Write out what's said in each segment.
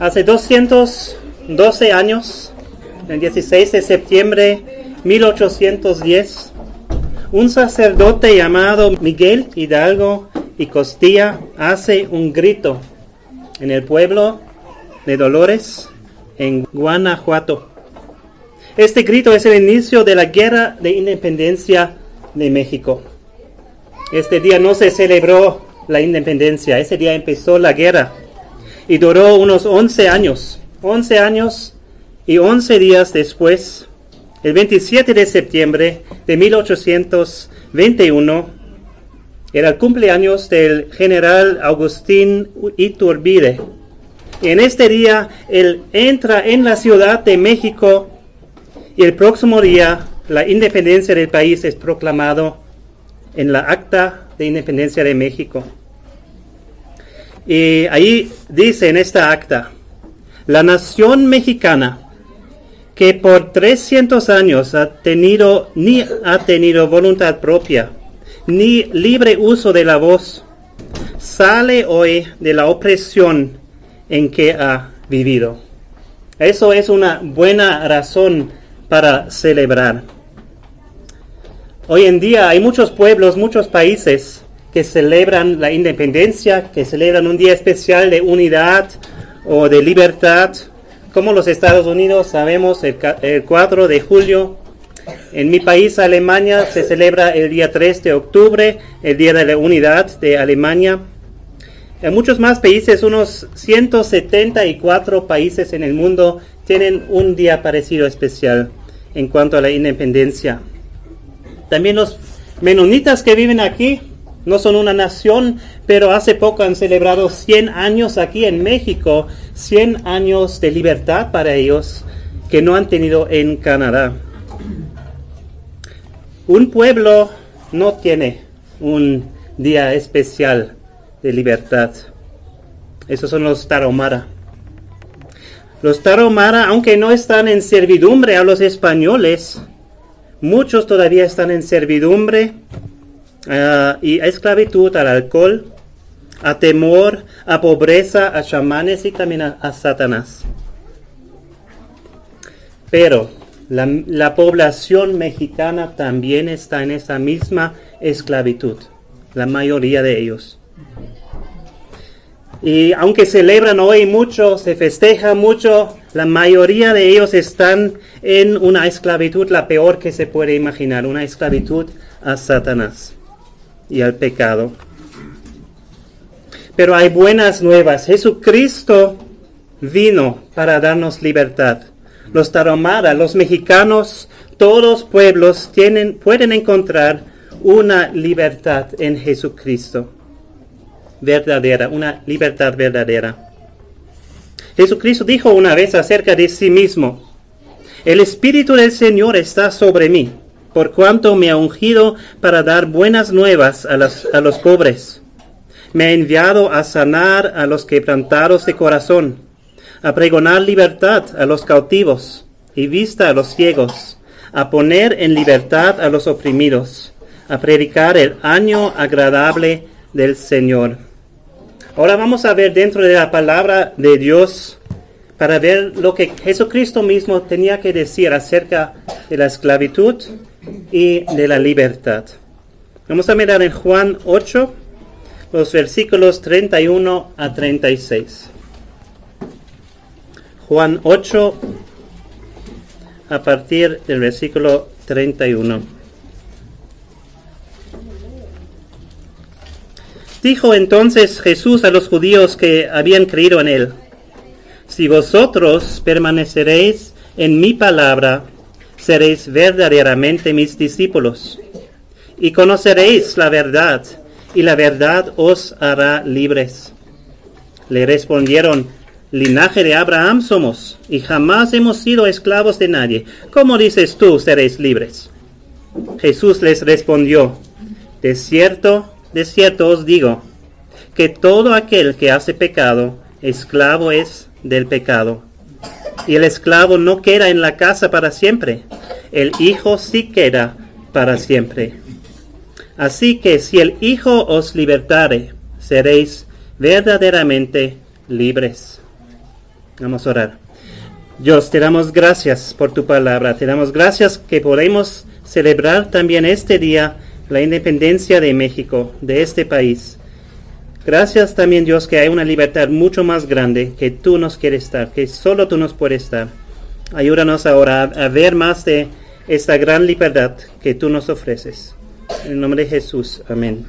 Hace 212 años, el 16 de septiembre de 1810, un sacerdote llamado Miguel Hidalgo y Costilla hace un grito en el pueblo de Dolores, en Guanajuato. Este grito es el inicio de la Guerra de Independencia de México. Este día no se celebró la independencia, ese día empezó la guerra y duró unos 11 años. 11 años y 11 días después, el 27 de septiembre de 1821, era el cumpleaños del general Agustín Iturbide. Y en este día, él entra en la Ciudad de México y el próximo día, la independencia del país es proclamado en la Acta de Independencia de México. Y ahí dice en esta acta, la nación mexicana, que por 300 años ni ha tenido voluntad propia, ni libre uso de la voz, sale hoy de la opresión en que ha vivido. Eso es una buena razón para celebrar. Hoy en día hay muchos pueblos, muchos países que celebran la independencia, que celebran un día especial de unidad o de libertad, como los Estados Unidos, sabemos, el 4 de julio. En mi país, Alemania, se celebra el día 3 de octubre, el Día de la Unidad de Alemania. En muchos más países, unos 174 países en el mundo, tienen un día parecido especial en cuanto a la independencia. También los menonitas que viven aquí, no son una nación, pero hace poco han celebrado 100 años aquí en México, 100 años de libertad para ellos que no han tenido en Canadá. Un pueblo no tiene un día especial de libertad. Esos son los Tarahumara. Los Tarahumara, aunque no están en servidumbre a los españoles, muchos todavía están en servidumbre y a esclavitud, al alcohol, a temor, a pobreza, a chamanes y también a Satanás. Pero la población mexicana también está en esa misma esclavitud, la mayoría de ellos. Y aunque celebran hoy mucho, se festeja mucho, la mayoría de ellos están en una esclavitud, la peor que se puede imaginar, una esclavitud a Satanás y al pecado. Pero hay buenas nuevas. Jesucristo vino para darnos libertad. Los Tarahumara, los mexicanos, todos los pueblos pueden encontrar una libertad en Jesucristo. Verdadera, una libertad verdadera. Jesucristo dijo una vez acerca de sí mismo, el Espíritu del Señor está sobre mí, por cuanto me ha ungido para dar buenas nuevas a los pobres. Me ha enviado a sanar a los quebrantados de corazón, a pregonar libertad a los cautivos y vista a los ciegos, a poner en libertad a los oprimidos, a predicar el año agradable del Señor. Ahora vamos a ver dentro de la palabra de Dios para ver lo que Jesucristo mismo tenía que decir acerca de la esclavitud y de la libertad. Vamos a mirar en Juan 8, los versículos 31 a 36. Juan 8, a partir del versículo 31. Dijo entonces Jesús a los judíos que habían creído en él, si vosotros permaneceréis en mi palabra, seréis verdaderamente mis discípulos, y conoceréis la verdad, y la verdad os hará libres. Le respondieron, linaje de Abraham somos, y jamás hemos sido esclavos de nadie. ¿Cómo dices tú, seréis libres? Jesús les respondió, de cierto os digo, que todo aquel que hace pecado, esclavo es del pecado. Y el esclavo no queda en la casa para siempre, el Hijo sí queda para siempre. Así que si el Hijo os libertare, seréis verdaderamente libres. Vamos a orar. Dios, te damos gracias por tu palabra. Te damos gracias que podemos celebrar también este día la independencia de México, de este país. Gracias también, Dios, que hay una libertad mucho más grande que tú nos quieres dar, que solo tú nos puedes dar. Ayúdanos ahora a ver más de esta gran libertad que tú nos ofreces. En el nombre de Jesús. Amén.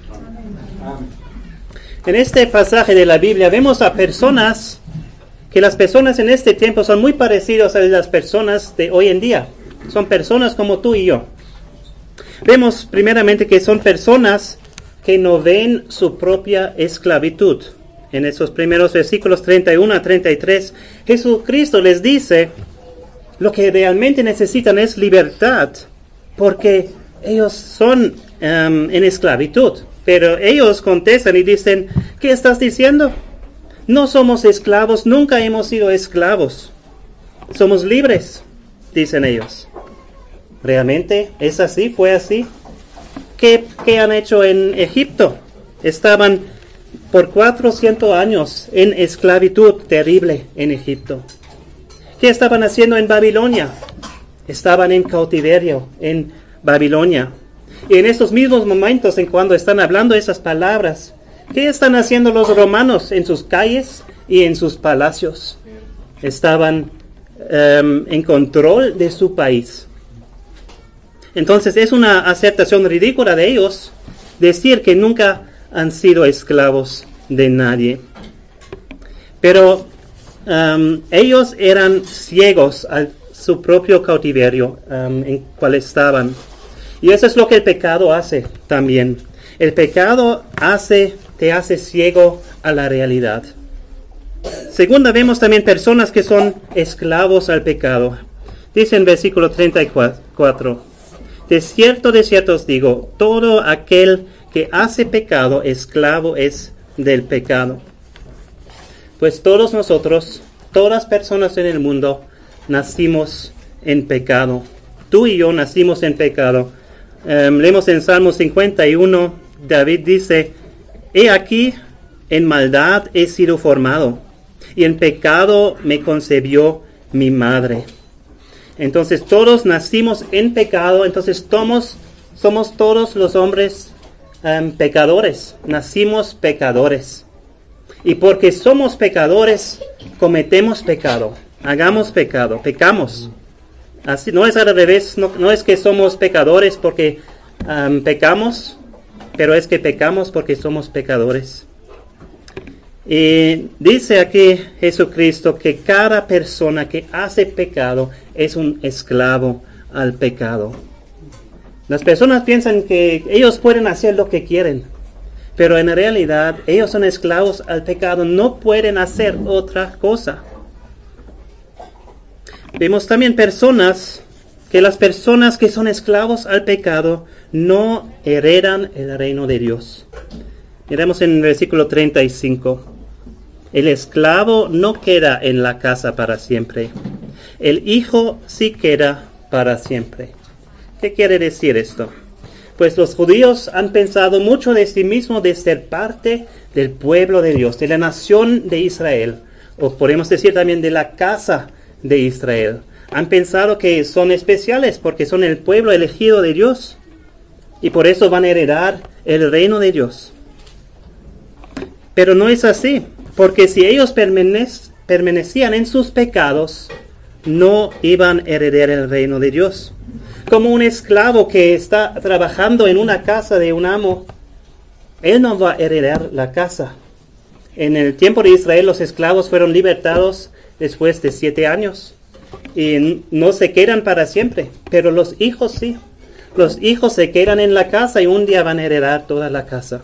En este pasaje de la Biblia vemos a personas que las personas en este tiempo son muy parecidas a las personas de hoy en día. Son personas como tú y yo. Vemos primeramente que son personas que no ven su propia esclavitud. En esos primeros versículos 31 a 33, Jesucristo les dice lo que realmente necesitan es libertad, porque ellos son en esclavitud. Pero ellos contestan y dicen, ¿qué estás diciendo? No somos esclavos, nunca hemos sido esclavos. Somos libres, dicen ellos. ¿Realmente es así? ¿Fue así? ¿Qué han hecho en Egipto? Estaban por 400 años en esclavitud terrible en Egipto. ¿Qué estaban haciendo en Babilonia? Estaban en cautiverio en Babilonia. Y en estos mismos momentos, en cuando están hablando esas palabras, ¿qué están haciendo los romanos en sus calles y en sus palacios? Estaban en control de su país. Entonces es una aceptación ridícula de ellos decir que nunca han sido esclavos de nadie. Pero ellos eran ciegos a su propio cautiverio en cual estaban. Y eso es lo que el pecado hace también. El pecado te hace ciego a la realidad. Segunda, vemos también personas que son esclavos al pecado. Dice en versículo 34, de cierto os digo, todo aquel que hace pecado, esclavo es del pecado. Pues todos nosotros, todas personas en el mundo, nacimos en pecado. Tú y yo nacimos en pecado. Leemos en Salmo 51, David dice, he aquí, en maldad he sido formado, y en pecado me concebió mi madre. Entonces todos nacimos en pecado, entonces somos todos los hombres pecadores, nacimos pecadores. Y porque somos pecadores, cometemos pecado, hagamos pecado, pecamos. Así, no es al revés, no es que somos pecadores porque pecamos, pero es que pecamos porque somos pecadores. Y dice aquí Jesucristo que cada persona que hace pecado es un esclavo al pecado. Las personas piensan que ellos pueden hacer lo que quieren, pero en realidad ellos son esclavos al pecado, no pueden hacer otra cosa. Vemos también las personas que son esclavos al pecado no heredan el reino de Dios. Miremos en el versículo 35. El esclavo no queda en la casa para siempre. El hijo sí queda para siempre. ¿Qué quiere decir esto? Pues los judíos han pensado mucho de sí mismos de ser parte del pueblo de Dios, de la nación de Israel, o podemos decir también de la casa de Israel. Han pensado que son especiales porque son el pueblo elegido de Dios y por eso van a heredar el reino de Dios. Pero no es así, porque si ellos permanecían en sus pecados, no iban a heredar el reino de Dios. Como un esclavo que está trabajando en una casa de un amo, él no va a heredar la casa. En el tiempo de Israel los esclavos fueron libertados después de 7 años y no se quedan para siempre, pero los hijos sí. Los hijos se quedan en la casa y un día van a heredar toda la casa.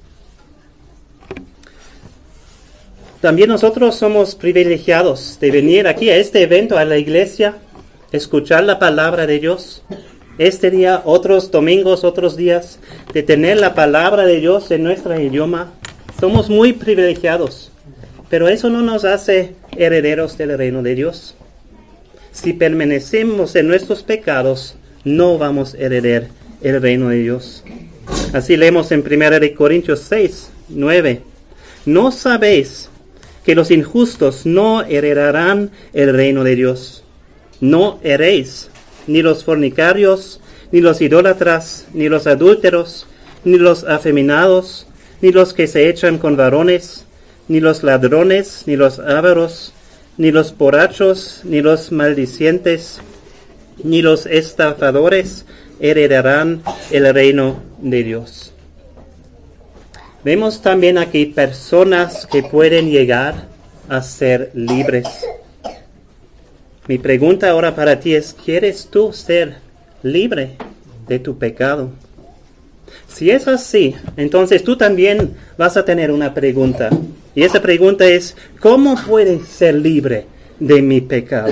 También nosotros somos privilegiados de venir aquí a este evento, a la iglesia, escuchar la palabra de Dios. Este día, otros domingos, otros días, de tener la palabra de Dios en nuestro idioma. Somos muy privilegiados, pero eso no nos hace herederos del reino de Dios. Si permanecemos en nuestros pecados, no vamos a heredar el reino de Dios. Así leemos en 1 Corintios 6, 9. ¿No sabéis que los injustos no heredarán el reino de Dios. No erréis, ni los fornicarios, ni los idólatras, ni los adúlteros, ni los afeminados, ni los que se echan con varones, ni los ladrones, ni los ávaros, ni los borrachos, ni los maldicientes, ni los estafadores heredarán el reino de Dios. Vemos también aquí personas que pueden llegar a ser libres. Mi pregunta ahora para ti es, ¿quieres tú ser libre de tu pecado? Si es así, entonces tú también vas a tener una pregunta. Y esa pregunta es, ¿cómo puedes ser libre de mi pecado?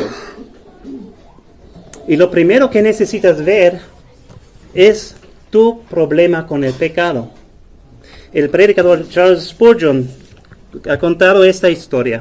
Y lo primero que necesitas ver es tu problema con el pecado. El predicador Charles Spurgeon ha contado esta historia.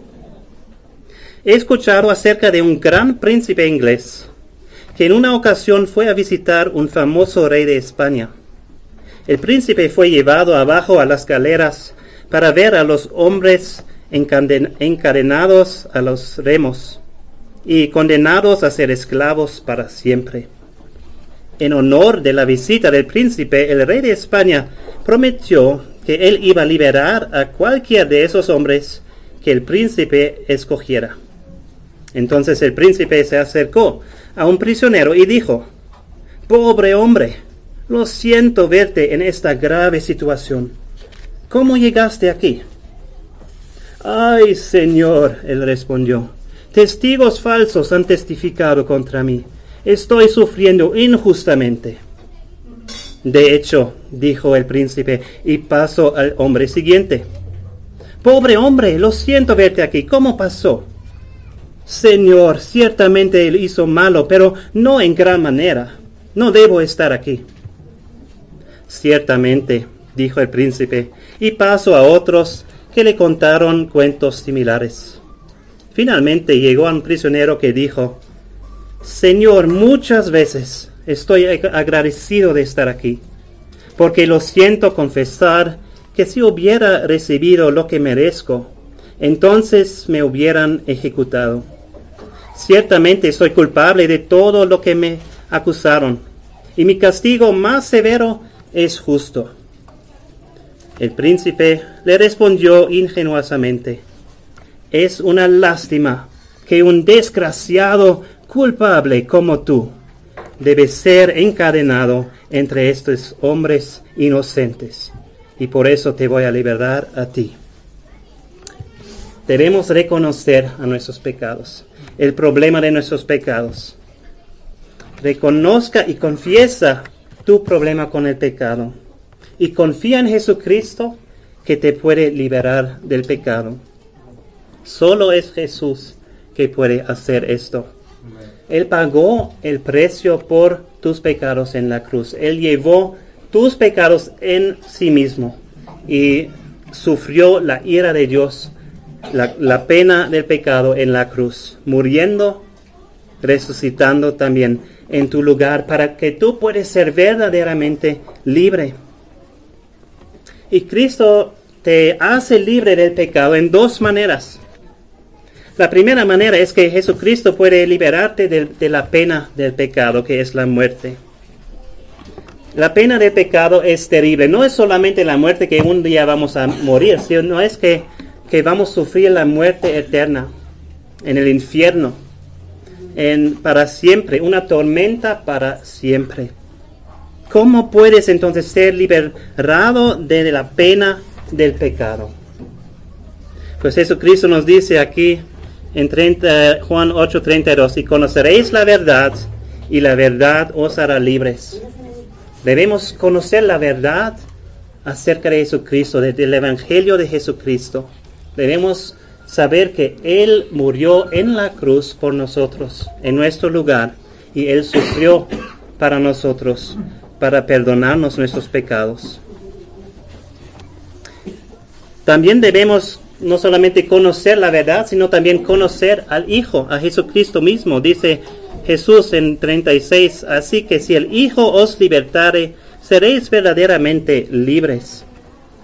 He escuchado acerca de un gran príncipe inglés que en una ocasión fue a visitar un famoso rey de España. El príncipe fue llevado abajo a las galeras para ver a los hombres encadenados a los remos y condenados a ser esclavos para siempre. En honor de la visita del príncipe, el rey de España prometió que él iba a liberar a cualquier de esos hombres que el príncipe escogiera. Entonces el príncipe se acercó a un prisionero y dijo: «Pobre hombre, lo siento verte en esta grave situación. ¿Cómo llegaste aquí?» «Ay, señor», él respondió, «testigos falsos han testificado contra mí. Estoy sufriendo injustamente». «De hecho», dijo el príncipe, y pasó al hombre siguiente. «Pobre hombre, lo siento verte aquí. ¿Cómo pasó?» «Señor, ciertamente él hizo malo, pero no en gran manera. No debo estar aquí». «Ciertamente», dijo el príncipe, y pasó a otros que le contaron cuentos similares. Finalmente llegó a un prisionero que dijo: «Señor, muchas veces estoy agradecido de estar aquí, porque lo siento confesar que si hubiera recibido lo que merezco, entonces me hubieran ejecutado. Ciertamente soy culpable de todo lo que me acusaron, y mi castigo más severo es justo». El príncipe le respondió ingenuamente: «Es una lástima que un desgraciado culpable como tú debe ser encadenado entre estos hombres inocentes, y por eso te voy a liberar a ti». Debemos reconocer a nuestros pecados, el problema de nuestros pecados. Reconozca y confiesa tu problema con el pecado, y confía en Jesucristo que te puede liberar del pecado. Solo es Jesús que puede hacer esto. Él pagó el precio por tus pecados en la cruz. Él llevó tus pecados en sí mismo y sufrió la ira de Dios, la pena del pecado en la cruz, muriendo, resucitando también en tu lugar para que tú puedas ser verdaderamente libre. Y Cristo te hace libre del pecado en dos maneras. La primera manera es que Jesucristo puede liberarte de la pena del pecado, que es la muerte. La pena del pecado es terrible. No es solamente la muerte que un día vamos a morir, sino es que vamos a sufrir la muerte eterna en el infierno, para siempre, una tormenta para siempre. ¿Cómo puedes entonces ser liberado de la pena del pecado? Pues Jesucristo nos dice aquí en Juan 8:32, «Y conoceréis la verdad, y la verdad os hará libres». Debemos conocer la verdad acerca de Jesucristo, del Evangelio de Jesucristo. Debemos saber que Él murió en la cruz por nosotros, en nuestro lugar, y Él sufrió para nosotros, para perdonarnos nuestros pecados. También debemos no solamente conocer la verdad, sino también conocer al Hijo, a Jesucristo mismo. Dice Jesús en 36, «Así que si el Hijo os libertare, seréis verdaderamente libres».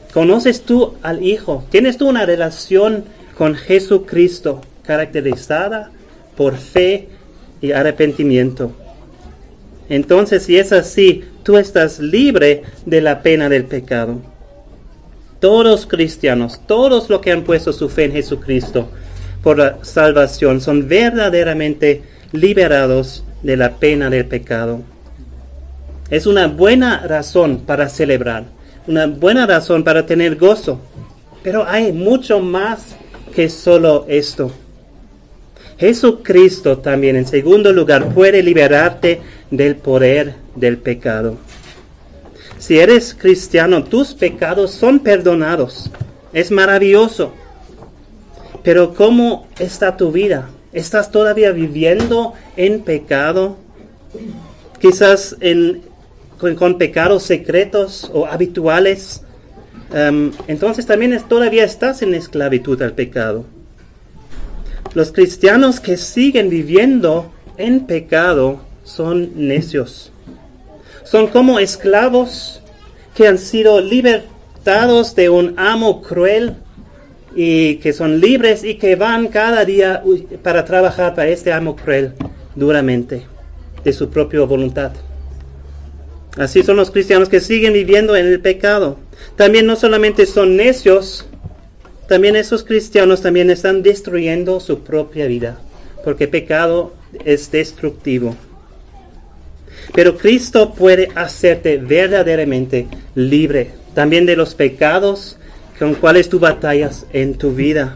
¿Conoces tú al Hijo? ¿Tienes tú una relación con Jesucristo caracterizada por fe y arrepentimiento? Entonces, si es así, tú estás libre de la pena del pecado. Todos cristianos, todos los que han puesto su fe en Jesucristo por la salvación, son verdaderamente liberados de la pena del pecado. Es una buena razón para celebrar, una buena razón para tener gozo. Pero hay mucho más que solo esto. Jesucristo también, en segundo lugar, puede liberarte del poder del pecado. Si eres cristiano, tus pecados son perdonados. Es maravilloso. Pero ¿cómo está tu vida? ¿Estás todavía viviendo en pecado? Quizás con pecados secretos o habituales. Entonces también todavía estás en esclavitud al pecado. Los cristianos que siguen viviendo en pecado son necios. Son como esclavos que han sido libertados de un amo cruel y que son libres y que van cada día para trabajar para este amo cruel duramente de su propia voluntad. Así son los cristianos que siguen viviendo en el pecado. También no solamente son necios, también esos cristianos también están destruyendo su propia vida, porque pecado es destructivo. Pero Cristo puede hacerte verdaderamente libre, también de los pecados con cuales tú batallas en tu vida.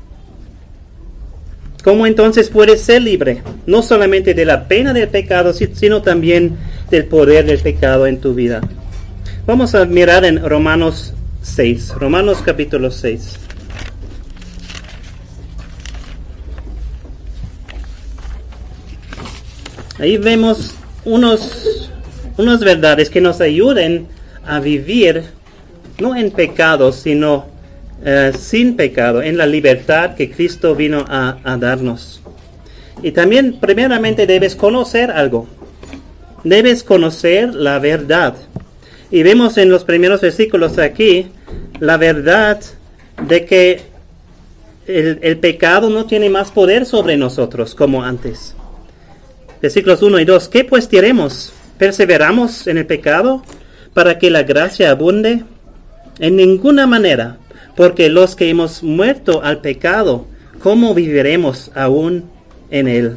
¿Cómo entonces puedes ser libre? No solamente de la pena del pecado, sino también del poder del pecado en tu vida. Vamos a mirar en Romanos 6, Romanos capítulo 6. Ahí vemos unas verdades que nos ayuden a vivir no en pecado, sino sin pecado, en la libertad que Cristo vino a darnos. Y también, primeramente, debes conocer algo. Debes conocer la verdad. Y vemos en los primeros versículos aquí la verdad de que el pecado no tiene más poder sobre nosotros como antes. Versículos 1 y 2. ¿Qué pues diremos? ¿Perseveramos en el pecado para que la gracia abunde? En ninguna manera, porque los que hemos muerto al pecado, ¿cómo viviremos aún en él?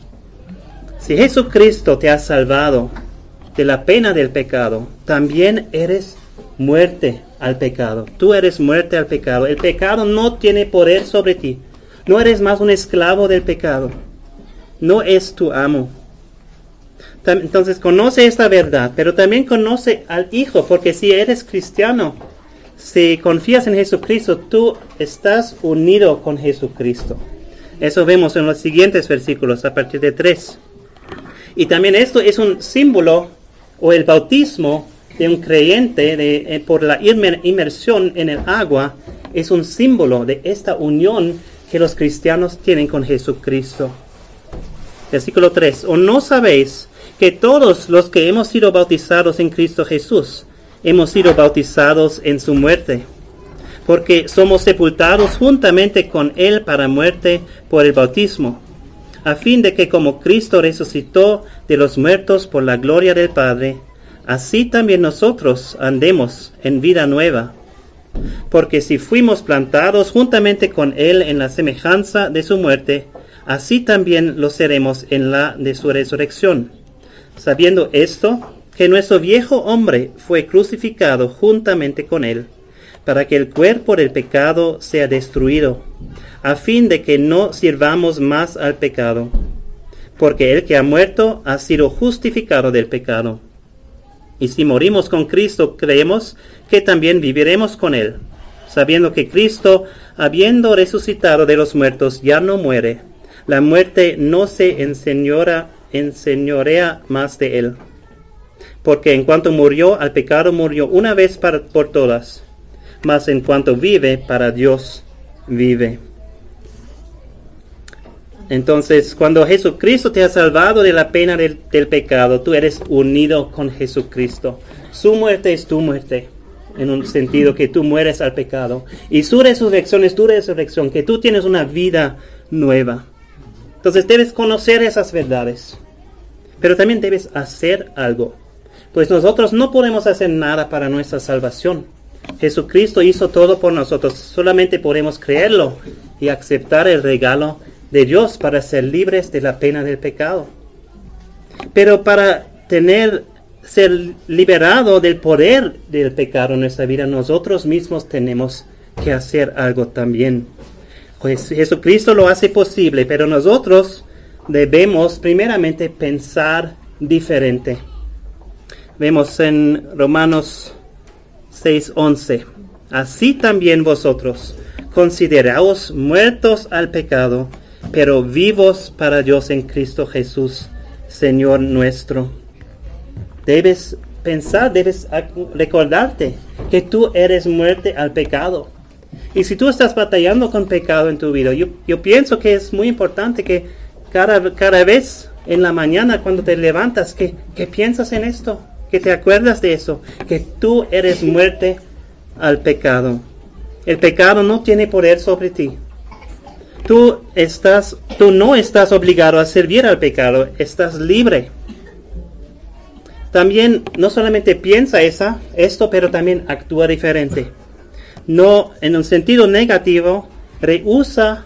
Si Jesucristo te ha salvado de la pena del pecado, también eres muerte al pecado. Tú eres muerte al pecado. El pecado no tiene poder sobre ti. No eres más un esclavo del pecado. No es tu amo. Entonces conoce esta verdad, pero también conoce al Hijo, porque si eres cristiano, si confías en Jesucristo, tú estás unido con Jesucristo. Eso vemos en los siguientes versículos, a partir de 3. Y también esto es un símbolo, o el bautismo de un creyente por la inmersión en el agua, es un símbolo de esta unión que los cristianos tienen con Jesucristo. Versículo 3. ¿O no sabéis que todos los que hemos sido bautizados en Cristo Jesús, hemos sido bautizados en su muerte? Porque somos sepultados juntamente con Él para muerte por el bautismo, a fin de que como Cristo resucitó de los muertos por la gloria del Padre, así también nosotros andemos en vida nueva. Porque si fuimos plantados juntamente con Él en la semejanza de su muerte, así también lo seremos en la de su resurrección. Sabiendo esto, que nuestro viejo hombre fue crucificado juntamente con Él, para que el cuerpo del pecado sea destruido, a fin de que no sirvamos más al pecado, porque el que ha muerto ha sido justificado del pecado. Y si morimos con Cristo, creemos que también viviremos con Él, sabiendo que Cristo, habiendo resucitado de los muertos, ya no muere. La muerte no se enseñorea más de Él. Porque en cuanto murió al pecado, murió una vez por todas, mas en cuanto vive, para Dios vive. Entonces, cuando Jesucristo te ha salvado de la pena del pecado, tú eres unido con Jesucristo. Su muerte es tu muerte. en un sentido que tú mueres al pecado. Y su resurrección es tu resurrección, que tú tienes una vida nueva. Entonces debes conocer esas verdades. Pero también debes hacer algo. Pues nosotros no podemos hacer nada para nuestra salvación. Jesucristo hizo todo por nosotros. Solamente podemos creerlo y aceptar el regalo de Dios para ser libres de la pena del pecado. Pero para ser liberado del poder del pecado en nuestra vida, nosotros mismos tenemos que hacer algo también. Pues Jesucristo lo hace posible, pero nosotros debemos primeramente pensar diferente. Vemos en Romanos 6:11. Así también vosotros, consideraos muertos al pecado, pero vivos para Dios en Cristo Jesús, Señor nuestro. Debes pensar, debes recordarte que tú eres muerte al pecado. Y si tú estás batallando con pecado en tu vida, yo pienso que es muy importante que cada vez en la mañana cuando te levantas, que piensas en esto, que te acuerdas de eso, que tú eres muerte al pecado. El pecado no tiene poder sobre ti. Tú no estás obligado a servir al pecado, estás libre. También no solamente piensa esto, pero también actúa diferente. No en un sentido negativo, rehúsa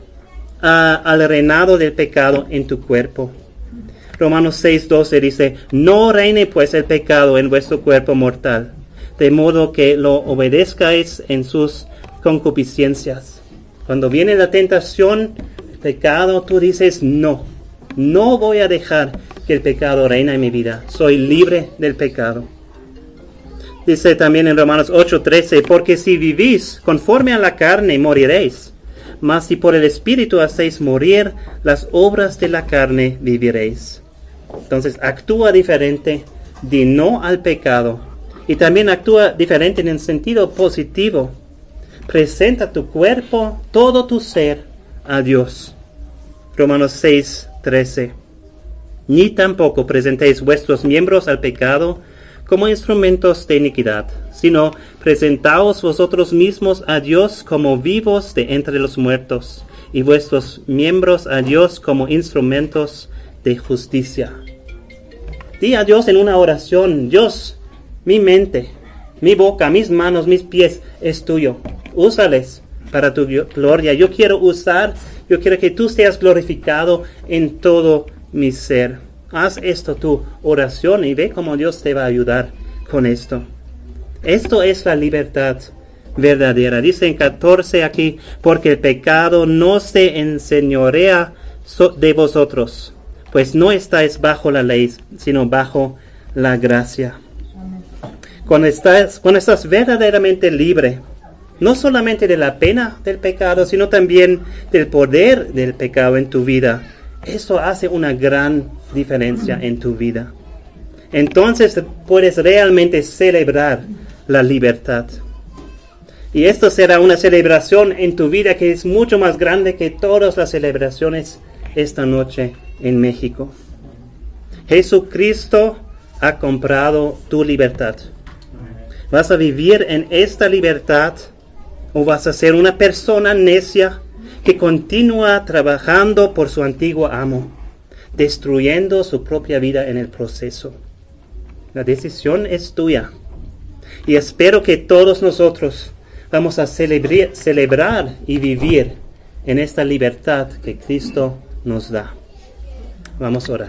al reinado del pecado en tu cuerpo. Romanos 6:12 dice, no reine pues el pecado en vuestro cuerpo mortal, de modo que lo obedezcáis en sus concupiscencias. Cuando viene la tentación, el pecado, tú dices, no voy a dejar que el pecado reine en mi vida. Soy libre del pecado. Dice también en Romanos 8:13, porque si vivís conforme a la carne, moriréis. Mas si por el Espíritu hacéis morir las obras de la carne, viviréis. Entonces actúa diferente, di no al pecado. Y también actúa diferente en el sentido positivo. Presenta tu cuerpo, todo tu ser, a Dios. Romanos 6:13. Ni tampoco presentéis vuestros miembros al pecado como instrumentos de iniquidad, sino presentaos vosotros mismos a Dios como vivos de entre los muertos, y vuestros miembros a Dios como instrumentos de justicia. Di a Dios en una oración, Dios, mi mente, mi boca, mis manos, mis pies, es tuyo. Úsales para tu gloria. Yo quiero que tú seas glorificado en todo mi ser. Haz esto tu oración y ve cómo Dios te va a ayudar con esto. Esto es la libertad verdadera. Dice en 14 aquí, porque el pecado no se enseñorea de vosotros, pues no estáis bajo la ley, sino bajo la gracia. Cuando estás verdaderamente libre, no solamente de la pena del pecado, sino también del poder del pecado en tu vida, eso hace una gran diferencia en tu vida. Entonces puedes realmente celebrar la libertad. Y esto será una celebración en tu vida que es mucho más grande que todas las celebraciones esta noche en México. Jesucristo ha comprado tu libertad. ¿Vas a vivir en esta libertad o vas a ser una persona necia que continúa trabajando por su antiguo amo, destruyendo su propia vida en el proceso? La decisión es tuya. Y espero que todos nosotros vamos a celebrar y vivir en esta libertad que Cristo nos da. Vamos a orar.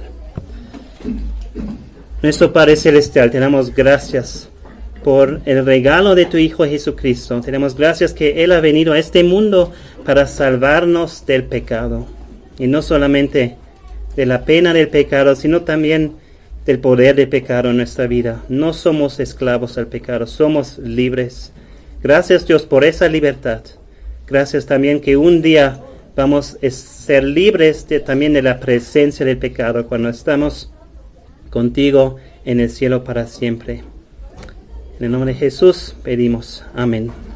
Nuestro Padre Celestial, te damos gracias por el regalo de tu Hijo Jesucristo. Te damos gracias que Él ha venido a este mundo para salvarnos del pecado. Y no solamente de la pena del pecado, sino también del poder del pecado en nuestra vida. No somos esclavos al pecado, somos libres. Gracias, Dios, por esa libertad. Gracias también que un día vamos a ser libres también de la presencia del pecado cuando estamos contigo en el cielo para siempre. En el nombre de Jesús pedimos. Amén.